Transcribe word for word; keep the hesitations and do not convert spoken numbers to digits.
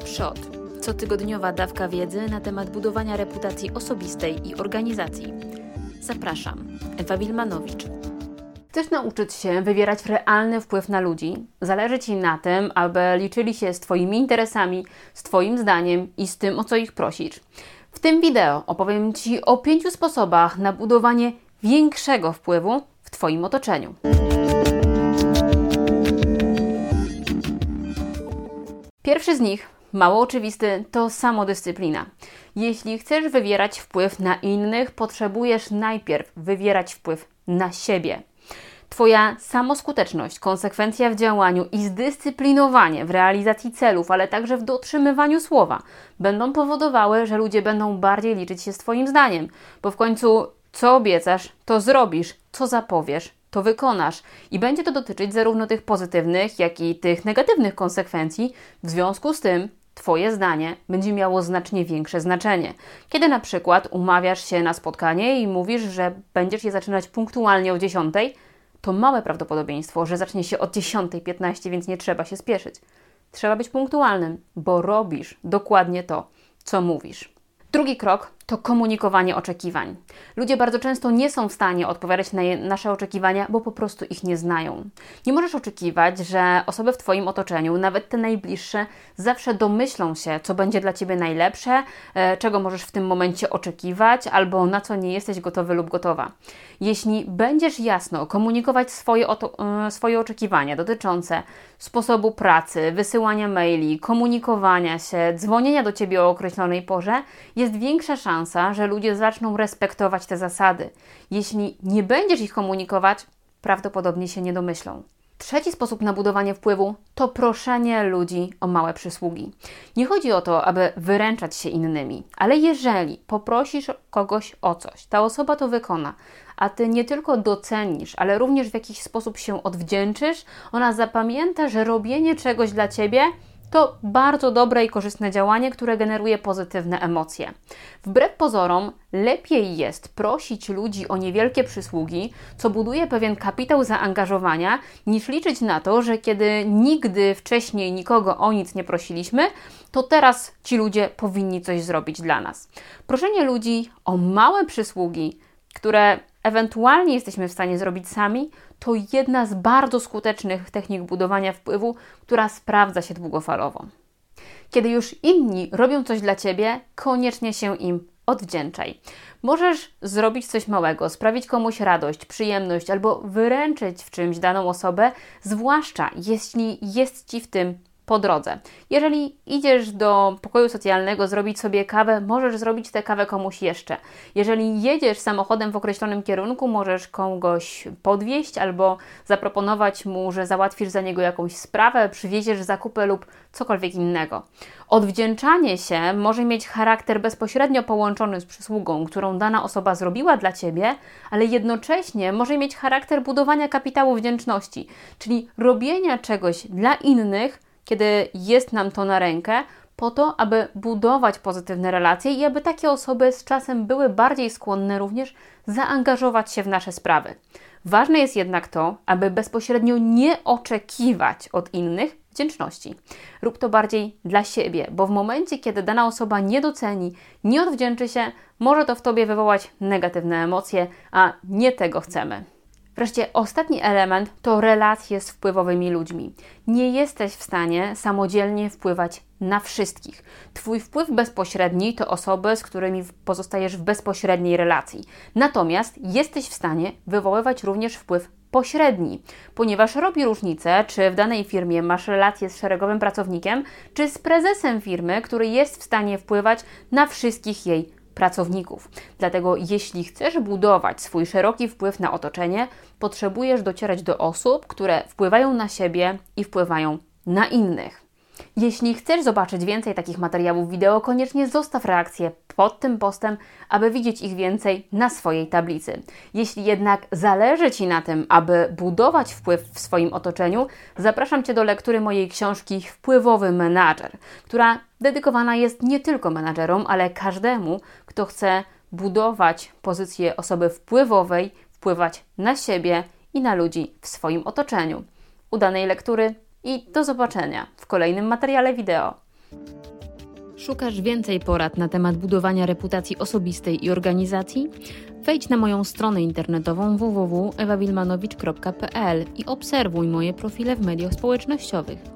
Przod. Cotygodniowa dawka wiedzy na temat budowania reputacji osobistej i organizacji. Zapraszam, Ewa Wilmanowicz. Chcesz nauczyć się wywierać realny wpływ na ludzi? Zależy Ci na tym, aby liczyli się z Twoimi interesami, z Twoim zdaniem i z tym, o co ich prosisz. W tym wideo opowiem Ci o pięciu sposobach na budowanie większego wpływu w Twoim otoczeniu. Pierwszy z nich, mało oczywisty, to samodyscyplina. Jeśli chcesz wywierać wpływ na innych, potrzebujesz najpierw wywierać wpływ na siebie. Twoja samoskuteczność, konsekwencja w działaniu i zdyscyplinowanie w realizacji celów, ale także w dotrzymywaniu słowa będą powodowały, że ludzie będą bardziej liczyć się z Twoim zdaniem, bo w końcu co obiecasz, to zrobisz, co zapowiesz, to wykonasz i będzie to dotyczyć zarówno tych pozytywnych, jak i tych negatywnych konsekwencji. W związku z tym Twoje zdanie będzie miało znacznie większe znaczenie. Kiedy na przykład umawiasz się na spotkanie i mówisz, że będziesz je zaczynać punktualnie o dziesiątej, to małe prawdopodobieństwo, że zacznie się o dziesiąta piętnaście, więc nie trzeba się spieszyć. Trzeba być punktualnym, bo robisz dokładnie to, co mówisz. Drugi krok to komunikowanie oczekiwań. Ludzie bardzo często nie są w stanie odpowiadać na je, nasze oczekiwania, bo po prostu ich nie znają. Nie możesz oczekiwać, że osoby w Twoim otoczeniu, nawet te najbliższe, zawsze domyślą się, co będzie dla Ciebie najlepsze, e, czego możesz w tym momencie oczekiwać, albo na co nie jesteś gotowy lub gotowa. Jeśli będziesz jasno komunikować swoje, oto, e, swoje oczekiwania dotyczące sposobu pracy, wysyłania maili, komunikowania się, dzwonienia do Ciebie o określonej porze, jest większa szansa, że ludzie zaczną respektować te zasady. Jeśli nie będziesz ich komunikować, prawdopodobnie się nie domyślą. Trzeci sposób na budowanie wpływu to proszenie ludzi o małe przysługi. Nie chodzi o to, aby wyręczać się innymi, ale jeżeli poprosisz kogoś o coś, ta osoba to wykona, a Ty nie tylko docenisz, ale również w jakiś sposób się odwdzięczysz, ona zapamięta, że robienie czegoś dla Ciebie to bardzo dobre i korzystne działanie, które generuje pozytywne emocje. Wbrew pozorom, lepiej jest prosić ludzi o niewielkie przysługi, co buduje pewien kapitał zaangażowania, niż liczyć na to, że kiedy nigdy wcześniej nikogo o nic nie prosiliśmy, to teraz ci ludzie powinni coś zrobić dla nas. Proszenie ludzi o małe przysługi, które ewentualnie jesteśmy w stanie zrobić sami, to jedna z bardzo skutecznych technik budowania wpływu, która sprawdza się długofalowo. Kiedy już inni robią coś dla Ciebie, koniecznie się im odwdzięczaj. Możesz zrobić coś małego, sprawić komuś radość, przyjemność albo wyręczyć w czymś daną osobę, zwłaszcza jeśli jest Ci w tym po drodze. Jeżeli idziesz do pokoju socjalnego zrobić sobie kawę, możesz zrobić tę kawę komuś jeszcze. Jeżeli jedziesz samochodem w określonym kierunku, możesz kogoś podwieźć albo zaproponować mu, że załatwisz za niego jakąś sprawę, przywieziesz zakupy lub cokolwiek innego. Odwdzięczanie się może mieć charakter bezpośrednio połączony z przysługą, którą dana osoba zrobiła dla Ciebie, ale jednocześnie może mieć charakter budowania kapitału wdzięczności, czyli robienia czegoś dla innych, kiedy jest nam to na rękę, po to, aby budować pozytywne relacje i aby takie osoby z czasem były bardziej skłonne również zaangażować się w nasze sprawy. Ważne jest jednak to, aby bezpośrednio nie oczekiwać od innych wdzięczności. Rób to bardziej dla siebie, bo w momencie, kiedy dana osoba nie doceni, nie odwdzięczy się, może to w Tobie wywołać negatywne emocje, a nie tego chcemy. Wreszcie ostatni element to relacje z wpływowymi ludźmi. Nie jesteś w stanie samodzielnie wpływać na wszystkich. Twój wpływ bezpośredni to osoby, z którymi pozostajesz w bezpośredniej relacji. Natomiast jesteś w stanie wywoływać również wpływ pośredni, ponieważ robi różnicę, czy w danej firmie masz relację z szeregowym pracownikiem, czy z prezesem firmy, który jest w stanie wpływać na wszystkich jej pracowników. Dlatego jeśli chcesz budować swój szeroki wpływ na otoczenie, potrzebujesz docierać do osób, które wpływają na siebie i wpływają na innych. Jeśli chcesz zobaczyć więcej takich materiałów wideo, koniecznie zostaw reakcję pod tym postem, aby widzieć ich więcej na swojej tablicy. Jeśli jednak zależy Ci na tym, aby budować wpływ w swoim otoczeniu, zapraszam Cię do lektury mojej książki Wpływowy Menadżer, która dedykowana jest nie tylko menadżerom, ale każdemu, kto chce budować pozycję osoby wpływowej, wpływać na siebie i na ludzi w swoim otoczeniu. Udanej lektury i do zobaczenia w kolejnym materiale wideo. Szukasz więcej porad na temat budowania reputacji osobistej i organizacji? Wejdź na moją stronę internetową w w w kropka ewa wilmanowicz kropka p l i obserwuj moje profile w mediach społecznościowych.